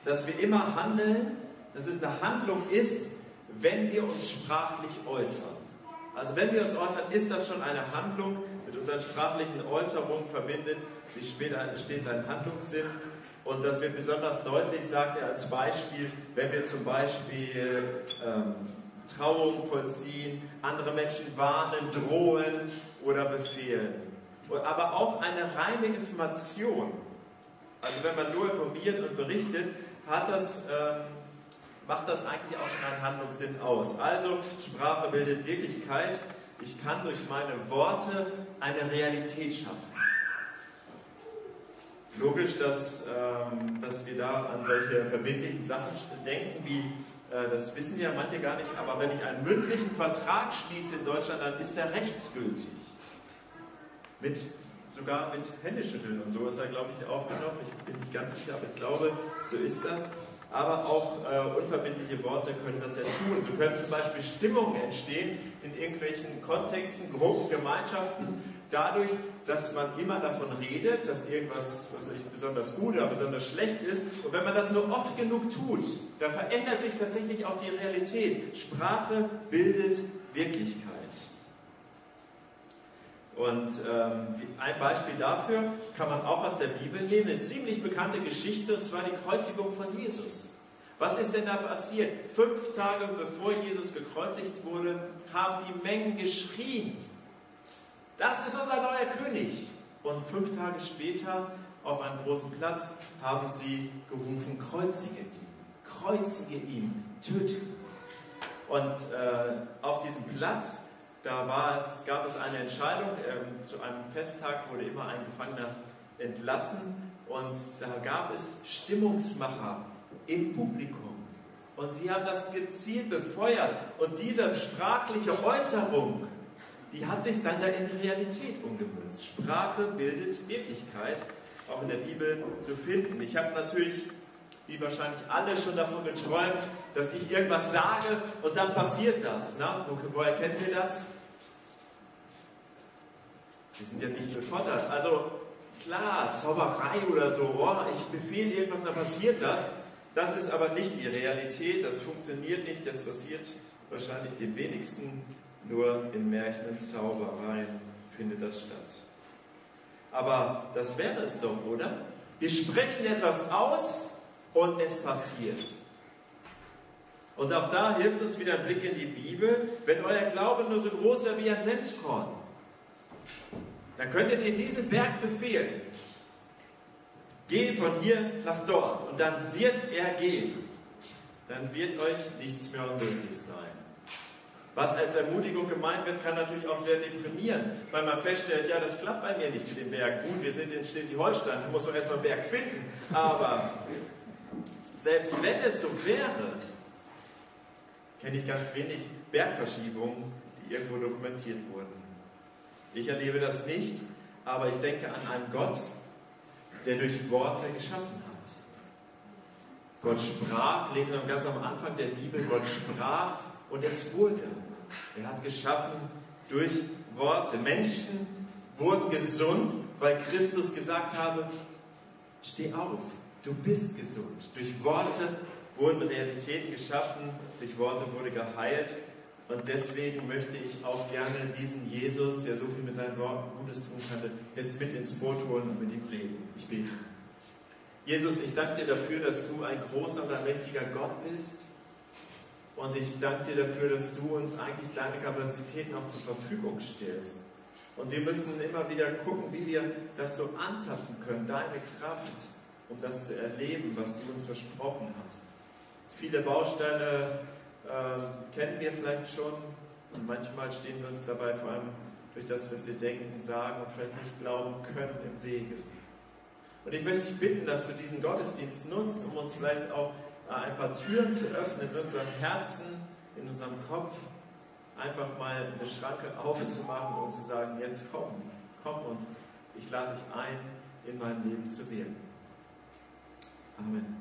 dass wir immer handeln, dass es eine Handlung ist, wenn wir uns sprachlich äußern. Also wenn wir uns äußern, ist das schon eine Handlung. Mit unseren sprachlichen Äußerungen verbindet sich stets ein Handlungssinn. Und das wird besonders deutlich, sagt er als Beispiel, wenn wir zum Beispiel Trauung vollziehen, andere Menschen warnen, drohen oder befehlen. Aber auch eine reine Information. Also wenn man nur informiert und berichtet, macht das eigentlich auch schon einen Handlungssinn aus. Also Sprache bildet Wirklichkeit. Ich kann durch meine Worte eine Realität schaffen. Logisch, dass wir da an solche verbindlichen Sachen denken, wie, das wissen ja manche gar nicht, aber wenn ich einen mündlichen Vertrag schließe in Deutschland, dann ist der rechtsgültig. Sogar mit Händeschütteln und so ist er, glaube ich, aufgenommen. Ich bin nicht ganz sicher, aber ich glaube, so ist das. Aber auch unverbindliche Worte können das ja tun. So können zum Beispiel Stimmungen entstehen in irgendwelchen Kontexten, Gruppen, Gemeinschaften, dadurch, dass man immer davon redet, dass irgendwas, besonders gut oder besonders schlecht ist. Und wenn man das nur oft genug tut, dann verändert sich tatsächlich auch die Realität. Sprache bildet Wirklichkeit. Und ein Beispiel dafür kann man auch aus der Bibel nehmen, eine ziemlich bekannte Geschichte, und zwar die Kreuzigung von Jesus. Was ist denn da passiert? 5 Tage bevor Jesus gekreuzigt wurde, haben die Mengen geschrien: Das ist unser neuer König! Und 5 Tage später, auf einem großen Platz, haben sie gerufen: Kreuzige ihn, töte ihn. Und auf diesem Platz, gab es eine Entscheidung, zu einem Festtag wurde immer ein Gefangener entlassen, und da gab es Stimmungsmacher im Publikum. Und sie haben das gezielt befeuert, und diese sprachliche Äußerung, die hat sich dann ja in Realität umgemünzt. Sprache bildet Wirklichkeit, auch in der Bibel zu finden. Ich habe natürlich, wie wahrscheinlich alle, schon davon geträumt, dass ich irgendwas sage und dann passiert das. Na? Woher kennen wir das? Wir sind ja nicht befottert. Also klar, Zauberei oder so, ich befehle irgendwas, dann passiert das. Das ist aber nicht die Realität, das funktioniert nicht, das passiert wahrscheinlich den wenigsten, nur in Märchen und Zaubereien findet das statt. Aber das wäre es doch, oder? Wir sprechen etwas aus und es passiert. Und auch da hilft uns wieder ein Blick in die Bibel. Wenn euer Glaube nur so groß wäre wie ein Senfkorn, dann könntet ihr diesen Berg befehlen: Geh von hier nach dort, und dann wird er gehen. Dann wird euch nichts mehr unmöglich sein. Was als Ermutigung gemeint wird, kann natürlich auch sehr deprimieren, weil man feststellt, ja, das klappt bei mir nicht mit dem Berg. Gut, wir sind in Schleswig-Holstein, da muss man erstmal einen Berg finden. Aber selbst wenn es so wäre, kenne ich ganz wenig Bergverschiebungen, die irgendwo dokumentiert wurden. Ich erlebe das nicht, aber ich denke an einen Gott, der durch Worte geschaffen hat. Gott sprach, lesen wir ganz am Anfang der Bibel, Gott sprach und es wurde. Er hat geschaffen durch Worte. Menschen wurden gesund, weil Christus gesagt habe: Steh auf, du bist gesund. Durch Worte wurden Realitäten geschaffen, durch Worte wurde geheilt. Und deswegen möchte ich auch gerne diesen Jesus, der so viel mit seinen Worten Gutes tun konnte, jetzt mit ins Boot holen und mit ihm reden. Ich bete. Jesus, ich danke dir dafür, dass du ein großer und ein mächtiger Gott bist. Und ich danke dir dafür, dass du uns eigentlich deine Kapazitäten auch zur Verfügung stellst. Und wir müssen immer wieder gucken, wie wir das so anzapfen können, deine Kraft, um das zu erleben, was du uns versprochen hast. Viele Bausteine kennen wir vielleicht schon, und manchmal stehen wir uns dabei vor allem durch das, was wir denken, sagen und vielleicht nicht glauben können, im Wege. Und ich möchte dich bitten, dass du diesen Gottesdienst nutzt, um uns vielleicht auch ein paar Türen zu öffnen in unserem Herzen, in unserem Kopf, einfach mal eine Schranke aufzumachen und zu sagen: Jetzt komm und ich lade dich ein, in mein Leben zu wirken. Amen.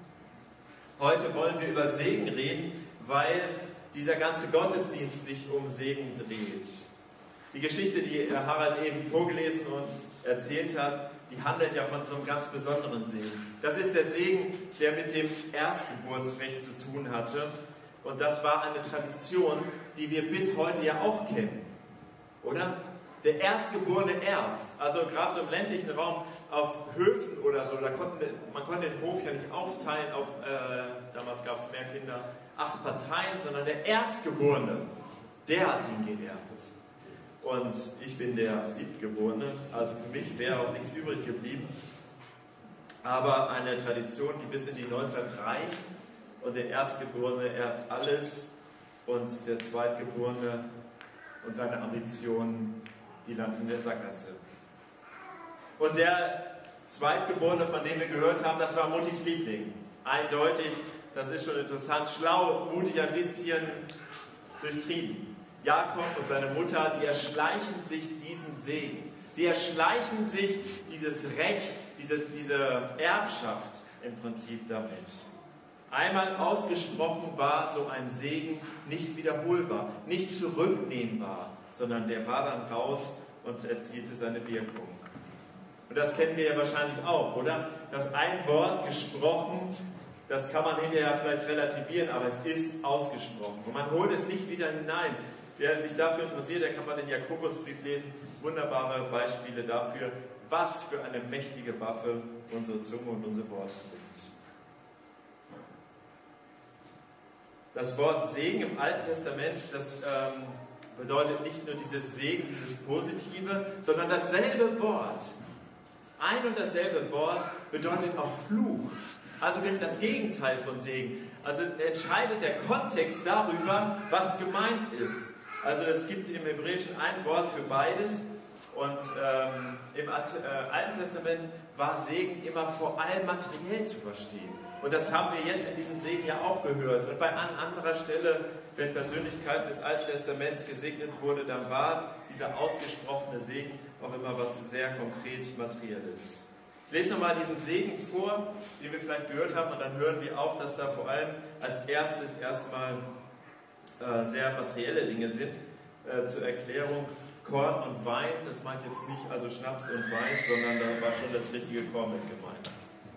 Heute wollen wir über Segen reden, weil dieser ganze Gottesdienst sich um Segen dreht. Die Geschichte, die Harald eben vorgelesen und erzählt hat, die handelt ja von so einem ganz besonderen Segen. Das ist der Segen, der mit dem Erstgeburtsrecht zu tun hatte. Und das war eine Tradition, die wir bis heute ja auch kennen. Oder? Der Erstgeborene erbt. Also gerade so im ländlichen Raum auf Höfen oder so, man konnte den Hof ja nicht aufteilen auf, damals gab es mehr Kinder, 8 Parteien, sondern der Erstgeborene, der hat ihn geerbt. Und ich bin der Siebtgeborene, also für mich wäre auch nichts übrig geblieben. Aber eine Tradition, die bis in die Neuzeit reicht, und der Erstgeborene erbt alles und der Zweitgeborene und seine Ambitionen, die landen in der Sackgasse. Und der Zweitgeborene, von dem wir gehört haben, das war Muttis Liebling. Eindeutig, das ist schon interessant, schlau, mutig, ein bisschen durchtrieben. Jakob und seine Mutter, die erschleichen sich diesen Segen. Sie erschleichen sich dieses Recht, diese Erbschaft im Prinzip damit. Einmal ausgesprochen war so ein Segen nicht wiederholbar, nicht zurücknehmbar, sondern der war dann raus und erzielte seine Wirkung. Und das kennen wir ja wahrscheinlich auch, oder? Dass ein Wort gesprochen, das kann man hinterher vielleicht relativieren, aber es ist ausgesprochen. Und man holt es nicht wieder hinein. Wer sich dafür interessiert, der kann mal den Jakobusbrief lesen. Wunderbare Beispiele dafür, was für eine mächtige Waffe unsere Zunge und unsere Worte sind. Das Wort Segen im Alten Testament, das bedeutet nicht nur dieses Segen, dieses Positive, sondern dasselbe Wort. Ein und dasselbe Wort bedeutet auch Fluch. Also das Gegenteil von Segen. Also entscheidet der Kontext darüber, was gemeint ist. Also es gibt im Hebräischen ein Wort für beides. Und im Alten Testament war Segen immer vor allem materiell zu verstehen. Und das haben wir jetzt in diesem Segen ja auch gehört. Und bei anderer Stelle, wenn Persönlichkeiten des Alten Testaments gesegnet wurde, dann war dieser ausgesprochene Segen auch immer was sehr konkret Materielles. Ich lese nochmal diesen Segen vor, den wir vielleicht gehört haben, und dann hören wir auch, dass da vor allem als erstes erstmal sehr materielle Dinge sind. Zur Erklärung: Korn und Wein, das meint jetzt nicht also Schnaps und Wein, sondern da war schon das richtige Korn mit gemeint.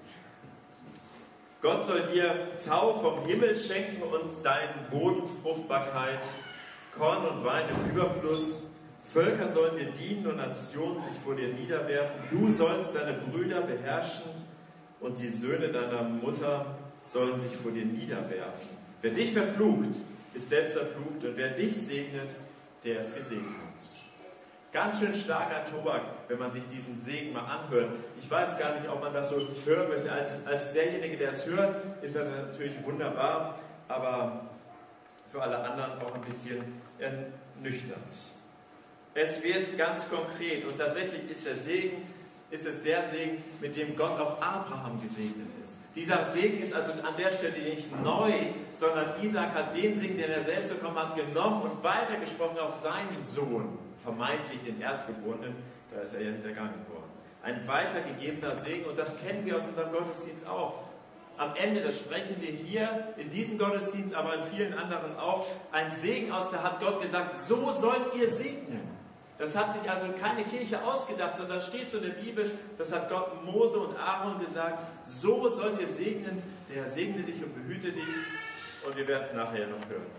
Gott soll dir Tau vom Himmel schenken und deinen Boden Fruchtbarkeit, Korn und Wein im Überfluss. Völker sollen dir dienen und Nationen sich vor dir niederwerfen. Du sollst deine Brüder beherrschen und die Söhne deiner Mutter sollen sich vor dir niederwerfen. Wer dich verflucht, ist selbst verflucht, und wer dich segnet, der ist gesegnet. Ganz schön starker Tobak, wenn man sich diesen Segen mal anhört. Ich weiß gar nicht, ob man das so hören möchte. Als derjenige, der es hört, ist er natürlich wunderbar, aber für alle anderen auch ein bisschen ernüchternd. Es wird ganz konkret, und tatsächlich ist es der Segen, mit dem Gott auch Abraham gesegnet ist. Dieser Segen ist also an der Stelle nicht neu, sondern Isaak hat den Segen, den er selbst bekommen hat, genommen und weitergesprochen auf seinen Sohn, vermeintlich den Erstgeborenen, da ist er ja hintergangen worden. Ein weitergegebener Segen, und das kennen wir aus unserem Gottesdienst auch. Am Ende, das sprechen wir hier in diesem Gottesdienst, aber in vielen anderen auch, ein Segen aus der hat Gott gesagt, so sollt ihr segnen. Das hat sich also keine Kirche ausgedacht, sondern steht so in der Bibel, das hat Gott Mose und Aaron gesagt, so sollt ihr segnen, der segne dich und behüte dich, und wir werden es nachher noch hören.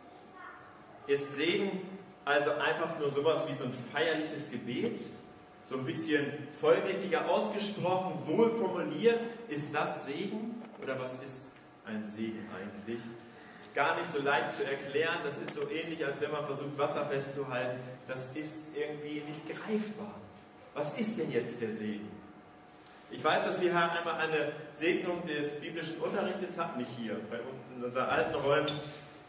Ist Segen also einfach nur sowas wie so ein feierliches Gebet? So ein bisschen folgerichtiger ausgesprochen, wohl formuliert, ist das Segen? Oder was ist ein Segen eigentlich? Gar nicht so leicht zu erklären, das ist so ähnlich, als wenn man versucht, Wasser festzuhalten. Das ist irgendwie nicht greifbar. Was ist denn jetzt der Segen? Ich weiß, dass wir hier einmal eine Segnung des biblischen Unterrichtes hatten, nicht hier, bei uns in unseren alten Räumen.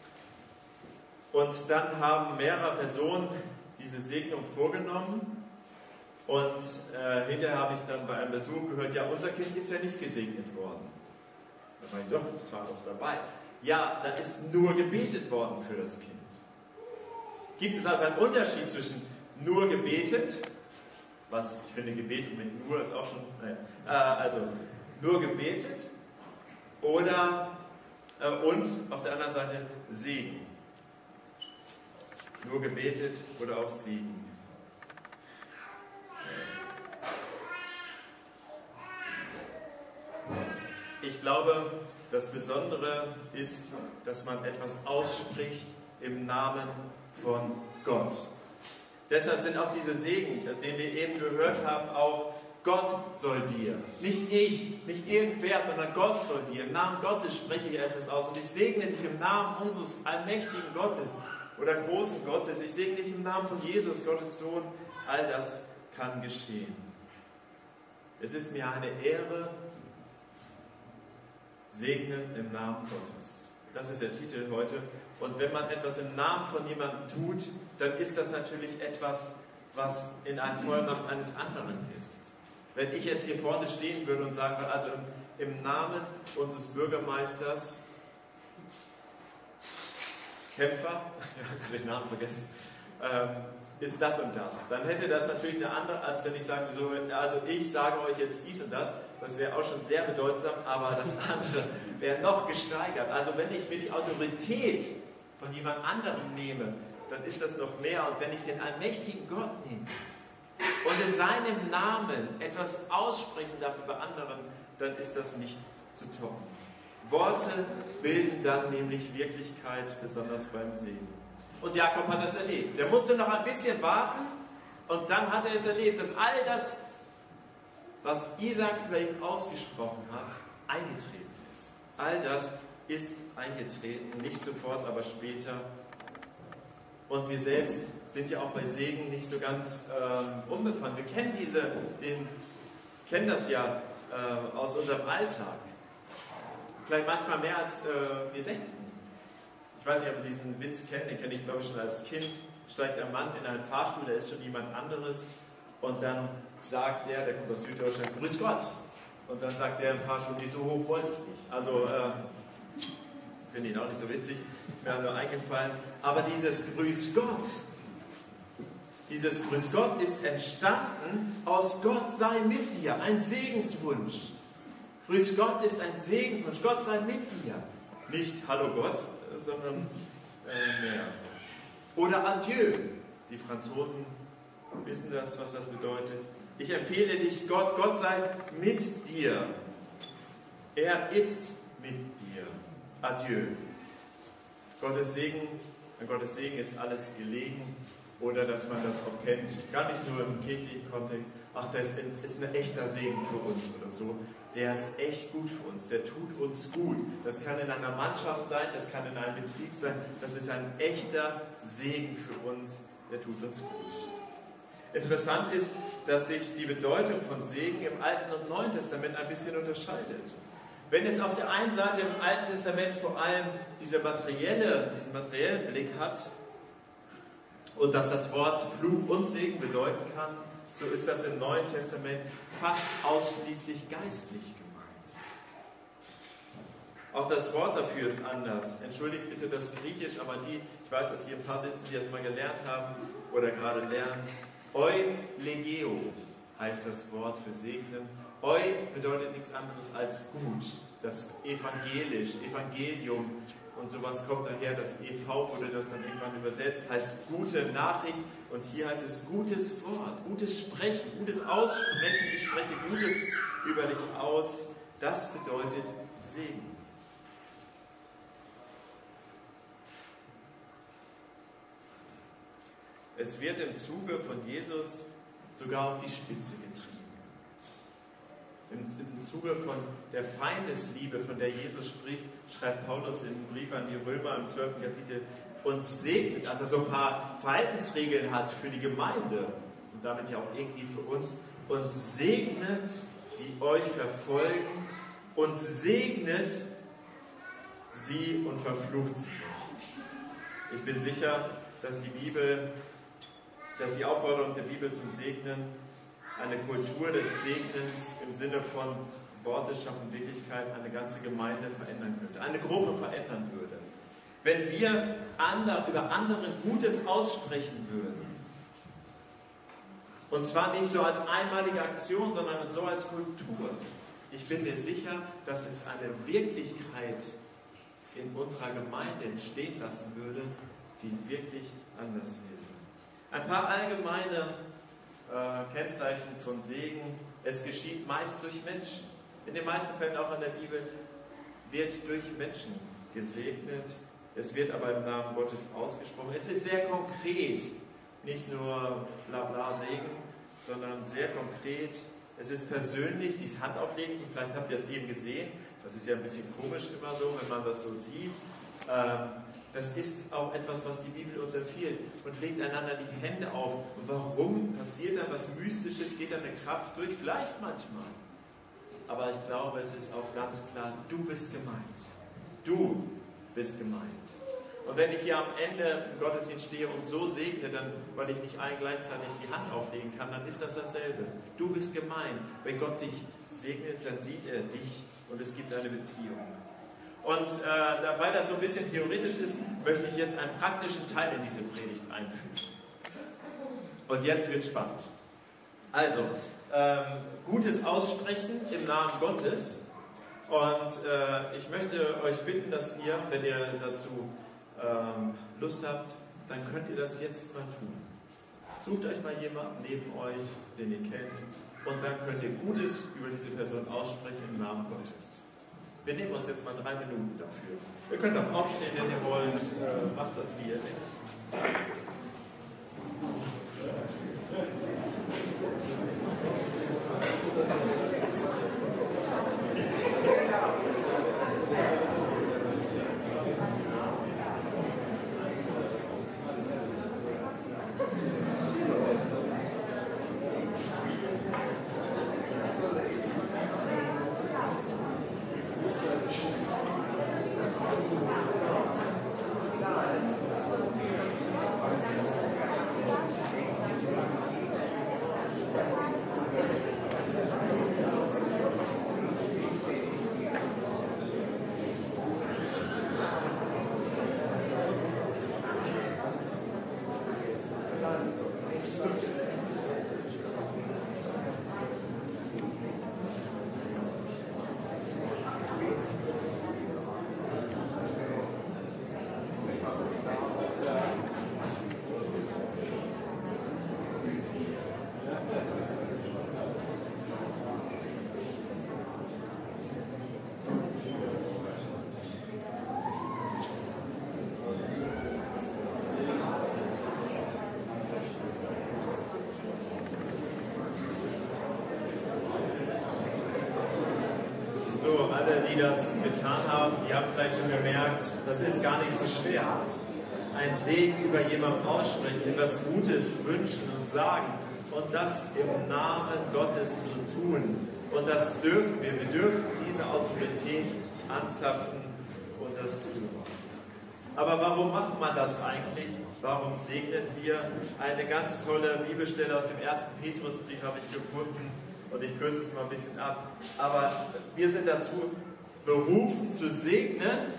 Und dann haben mehrere Personen diese Segnung vorgenommen. Und hinterher habe ich dann bei einem Besuch gehört, ja, unser Kind ist ja nicht gesegnet worden. Da war ich doch, das war doch dabei. Ja, da ist nur gebetet worden für das Kind. Gibt es also einen Unterschied zwischen nur gebetet, was ich finde, gebetet mit nur ist auch schon, also nur gebetet, oder und auf der anderen Seite Segen. Nur gebetet oder auch Segen. ich glaube, das Besondere ist, dass man etwas ausspricht im Namen von Gott. Deshalb sind auch diese Segen, den wir eben gehört haben, auch Gott soll dir. Nicht ich, nicht irgendwer, sondern Gott soll dir. Im Namen Gottes spreche ich etwas aus. Und ich segne dich im Namen unseres allmächtigen Gottes oder großen Gottes. Ich segne dich im Namen von Jesus, Gottes Sohn. All das kann geschehen. Es ist mir eine Ehre, segnen im Namen Gottes. Das ist der Titel heute. Und wenn man etwas im Namen von jemandem tut, dann ist das natürlich etwas, was in einem Vollmacht eines anderen ist. Wenn ich jetzt hier vorne stehen würde und sagen würde, also im Namen unseres Bürgermeisters Kämpfer, ja, kann ich den Namen vergessen, ist das und das. Dann hätte das natürlich eine andere, als wenn ich sage, so, also ich sage euch jetzt dies und das. Das wäre auch schon sehr bedeutsam, aber das andere wäre noch gesteigert. Also wenn ich mir die Autorität von jemand anderem nehme, dann ist das noch mehr. Und wenn ich den allmächtigen Gott nehme und in seinem Namen etwas aussprechen darf über anderen, dann ist das nicht zu toppen. Worte bilden dann nämlich Wirklichkeit, besonders beim Sehen. Und Jakob hat das erlebt. Der musste noch ein bisschen warten und dann hat er es erlebt, dass all das, was Isaac über ihn ausgesprochen hat, eingetreten ist. All das ist eingetreten, nicht sofort, aber später. Und wir selbst sind ja auch bei Segen nicht so ganz unbefangen. Wir kennen das ja aus unserem Alltag. Vielleicht manchmal mehr als wir denken. Ich weiß nicht, ob ihr diesen Witz kennt, den kenne ich glaube ich schon als Kind. Steigt ein Mann in einen Fahrstuhl, da ist schon jemand anderes und dann sagt der kommt aus Süddeutschland, grüß Gott. Und dann sagt der im Fahrstuhl, nee, so hoch wollte ich nicht. Also, finde ihn auch nicht so witzig, ist mir nur eingefallen. Aber dieses Grüß Gott ist entstanden aus Gott sei mit dir, ein Segenswunsch. Grüß Gott ist ein Segenswunsch, Gott sei mit dir. Nicht Hallo Gott, sondern mehr. Oder Adieu. Die Franzosen wissen das, was das bedeutet. Ich empfehle dich Gott, Gott sei mit dir. Er ist mit dir. Adieu. Gottes Segen ist alles gelegen. Oder dass man das auch kennt, gar nicht nur im kirchlichen Kontext, ach, das ist ein echter Segen für uns oder so. Der ist echt gut für uns, der tut uns gut. Das kann in einer Mannschaft sein, das kann in einem Betrieb sein. Das ist ein echter Segen für uns, der tut uns gut. Interessant ist, dass sich die Bedeutung von Segen im Alten und Neuen Testament ein bisschen unterscheidet. Wenn es auf der einen Seite im Alten Testament vor allem diesen materiellen Blick hat und dass das Wort Fluch und Segen bedeuten kann, so ist das im Neuen Testament fast ausschließlich geistlich gemeint. Auch das Wort dafür ist anders. Entschuldigt bitte das Griechisch, aber ich weiß, dass hier ein paar sitzen, die das mal gelernt haben oder gerade lernen. Eulegeo heißt das Wort für segnen. Eu bedeutet nichts anderes als gut, das Evangelium und sowas kommt daher, das EV wurde das dann irgendwann übersetzt, heißt gute Nachricht und hier heißt es gutes Wort, gutes Sprechen, gutes Aussprechen, ich spreche Gutes über dich aus, das bedeutet Segen. Es wird im Zuge von Jesus sogar auf die Spitze getrieben. Im Zuge von der Feindesliebe, von der Jesus spricht, schreibt Paulus im Brief an die Römer im 12. Kapitel und segnet, also so ein paar Verhaltensregeln hat für die Gemeinde und damit ja auch irgendwie für uns und segnet, die euch verfolgen und segnet sie und verflucht sie nicht. Ich bin sicher, dass die Aufforderung der Bibel zum Segnen eine Kultur des Segnens im Sinne von Worte schaffen Wirklichkeit eine ganze Gemeinde verändern könnte, eine Gruppe verändern würde. Wenn wir über andere Gutes aussprechen würden, und zwar nicht so als einmalige Aktion, sondern so als Kultur, ich bin mir sicher, dass es eine Wirklichkeit in unserer Gemeinde entstehen lassen würde, die wirklich anders wäre. Ein paar allgemeine Kennzeichen von Segen. Es geschieht meist durch Menschen. in den meisten Fällen auch in der Bibel, wird durch Menschen gesegnet. Es wird aber im Namen Gottes ausgesprochen. Es ist sehr konkret, nicht nur Blabla Segen, sondern sehr konkret. Es ist persönlich, dieses Handauflegen, vielleicht habt ihr es eben gesehen, das ist ja ein bisschen komisch immer so, wenn man das so sieht. Das ist auch etwas, was die Bibel uns empfiehlt. Und legt einander die Hände auf. Und warum passiert da was Mystisches? Geht da eine Kraft durch? Vielleicht manchmal. Aber ich glaube, es ist auch ganz klar, du bist gemeint. Du bist gemeint. Und wenn ich hier am Ende im Gottesdienst stehe und so segne, dann, weil ich nicht allen gleichzeitig die Hand auflegen kann, dann ist das dasselbe. Du bist gemeint. Wenn Gott dich segnet, dann sieht er dich und es gibt eine Beziehung. Und weil das so ein bisschen theoretisch ist, möchte ich jetzt einen praktischen Teil in diese Predigt einfügen. Und jetzt wird spannend. Also, gutes Aussprechen im Namen Gottes. Und ich möchte euch bitten, dass ihr, wenn ihr dazu Lust habt, dann könnt ihr das jetzt mal tun. Sucht euch mal jemanden neben euch, den ihr kennt, und dann könnt ihr Gutes über diese Person aussprechen im Namen Gottes. Wir nehmen uns jetzt mal 3 Minuten dafür. Ihr könnt auch aufstehen, wenn ihr wollt. Macht das, wie ihr denkt. Alle, die das getan haben, die haben vielleicht schon gemerkt, das ist gar nicht so schwer. Ein Segen über jemanden aussprechen, etwas Gutes wünschen und sagen und das im Namen Gottes zu tun. Und das dürfen wir. Wir dürfen diese Autorität anzapfen und das tun. Aber warum macht man das eigentlich? Warum segnen wir? Eine ganz tolle Bibelstelle aus dem 1. Petrusbrief habe ich gefunden. Und ich kürze es mal ein bisschen ab. Aber wir sind dazu berufen zu segnen,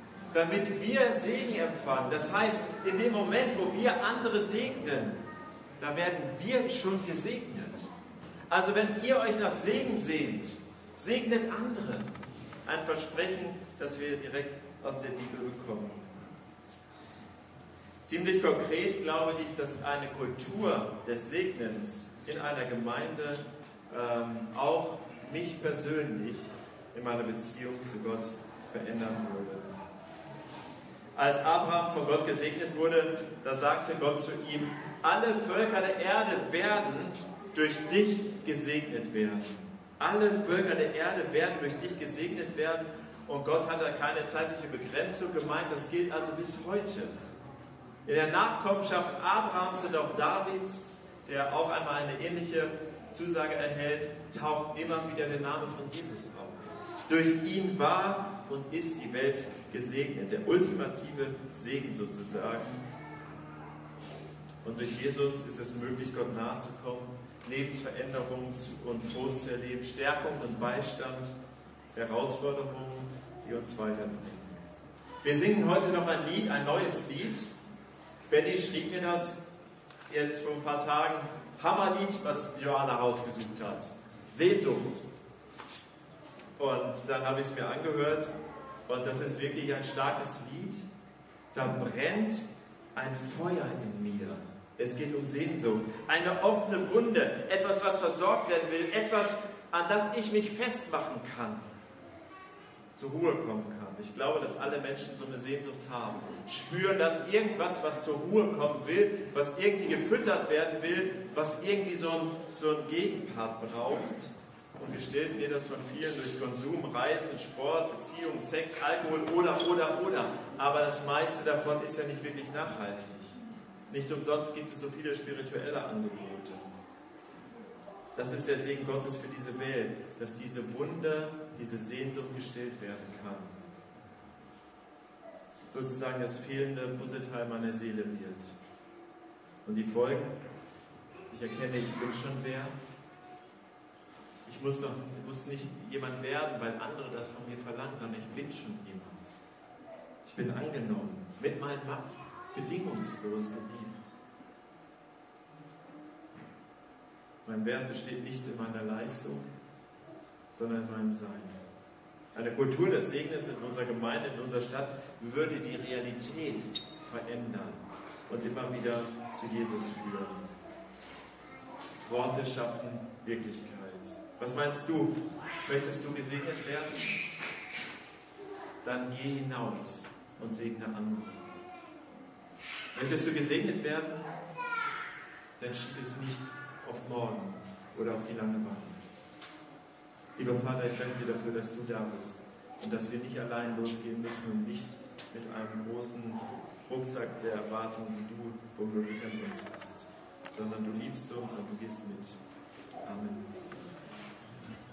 damit wir Segen empfangen. Das heißt, in dem Moment, wo wir andere segnen, da werden wir schon gesegnet. Also wenn ihr euch nach Segen sehnt, segnet andere. Ein Versprechen, das wir direkt aus der Bibel bekommen. Ziemlich konkret glaube ich, dass eine Kultur des Segnens in einer Gemeinde auch mich persönlich in meiner Beziehung zu Gott verändern würde. Als Abraham von Gott gesegnet wurde, da sagte Gott zu ihm, alle Völker der Erde werden durch dich gesegnet werden. Alle Völker der Erde werden durch dich gesegnet werden. Und Gott hat da keine zeitliche Begrenzung gemeint, das gilt also bis heute. In der Nachkommenschaft Abrahams und auch Davids, der auch einmal eine ähnliche Zusage erhält, taucht immer wieder der Name von Jesus auf. Durch ihn war und ist die Welt gesegnet, der ultimative Segen sozusagen. Und durch Jesus ist es möglich, Gott nahe zu kommen, Lebensveränderungen und Trost zu erleben, Stärkung und Beistand, Herausforderungen, die uns weiterbringen. Wir singen heute noch ein Lied, ein neues Lied. Benny schrieb mir das jetzt vor ein paar Tagen. Hammerlied, was Johanna rausgesucht hat. Sehnsucht. Und dann habe ich es mir angehört und das ist wirklich ein starkes Lied. Da brennt ein Feuer in mir. Es geht um Sehnsucht. Eine offene Wunde, etwas, was versorgt werden will, etwas, an das ich mich festmachen kann, zur Ruhe kommen kann. Ich glaube, dass alle Menschen so eine Sehnsucht haben. Spüren, dass irgendwas, was zur Ruhe kommen will, was irgendwie gefüttert werden will, was irgendwie so ein Gegenpart braucht. Und gestillt wird das von vielen durch Konsum, Reisen, Sport, Beziehung, Sex, Alkohol oder. Aber das meiste davon ist ja nicht wirklich nachhaltig. Nicht umsonst gibt es so viele spirituelle Angebote. Das ist der Segen Gottes für diese Welt, dass diese Wunde, diese Sehnsucht gestillt werden kann. Sozusagen das fehlende Puzzleteil meiner Seele wird. Und die Folgen? Ich erkenne, ich bin schon wer. Ich muss nicht jemand werden, weil andere das von mir verlangen, sondern ich bin schon jemand. Ich bin angenommen, mit meinem Mann, bedingungslos geliebt. Mein Wert besteht nicht in meiner Leistung, sondern in meinem Sein. Eine Kultur des Segens in unserer Gemeinde, in unserer Stadt, würde die Realität verändern und immer wieder zu Jesus führen. Worte schaffen Wirklichkeit. Was meinst du? Möchtest du gesegnet werden? Dann geh hinaus und segne andere. Möchtest du gesegnet werden? Dann schieb es nicht auf morgen oder auf die lange Bank. Lieber Vater, ich danke dir dafür, dass du da bist und dass wir nicht allein losgehen müssen und nicht mit einem großen Rucksack der Erwartung, die du womöglich an uns hast, sondern du liebst uns und du gehst mit. Amen.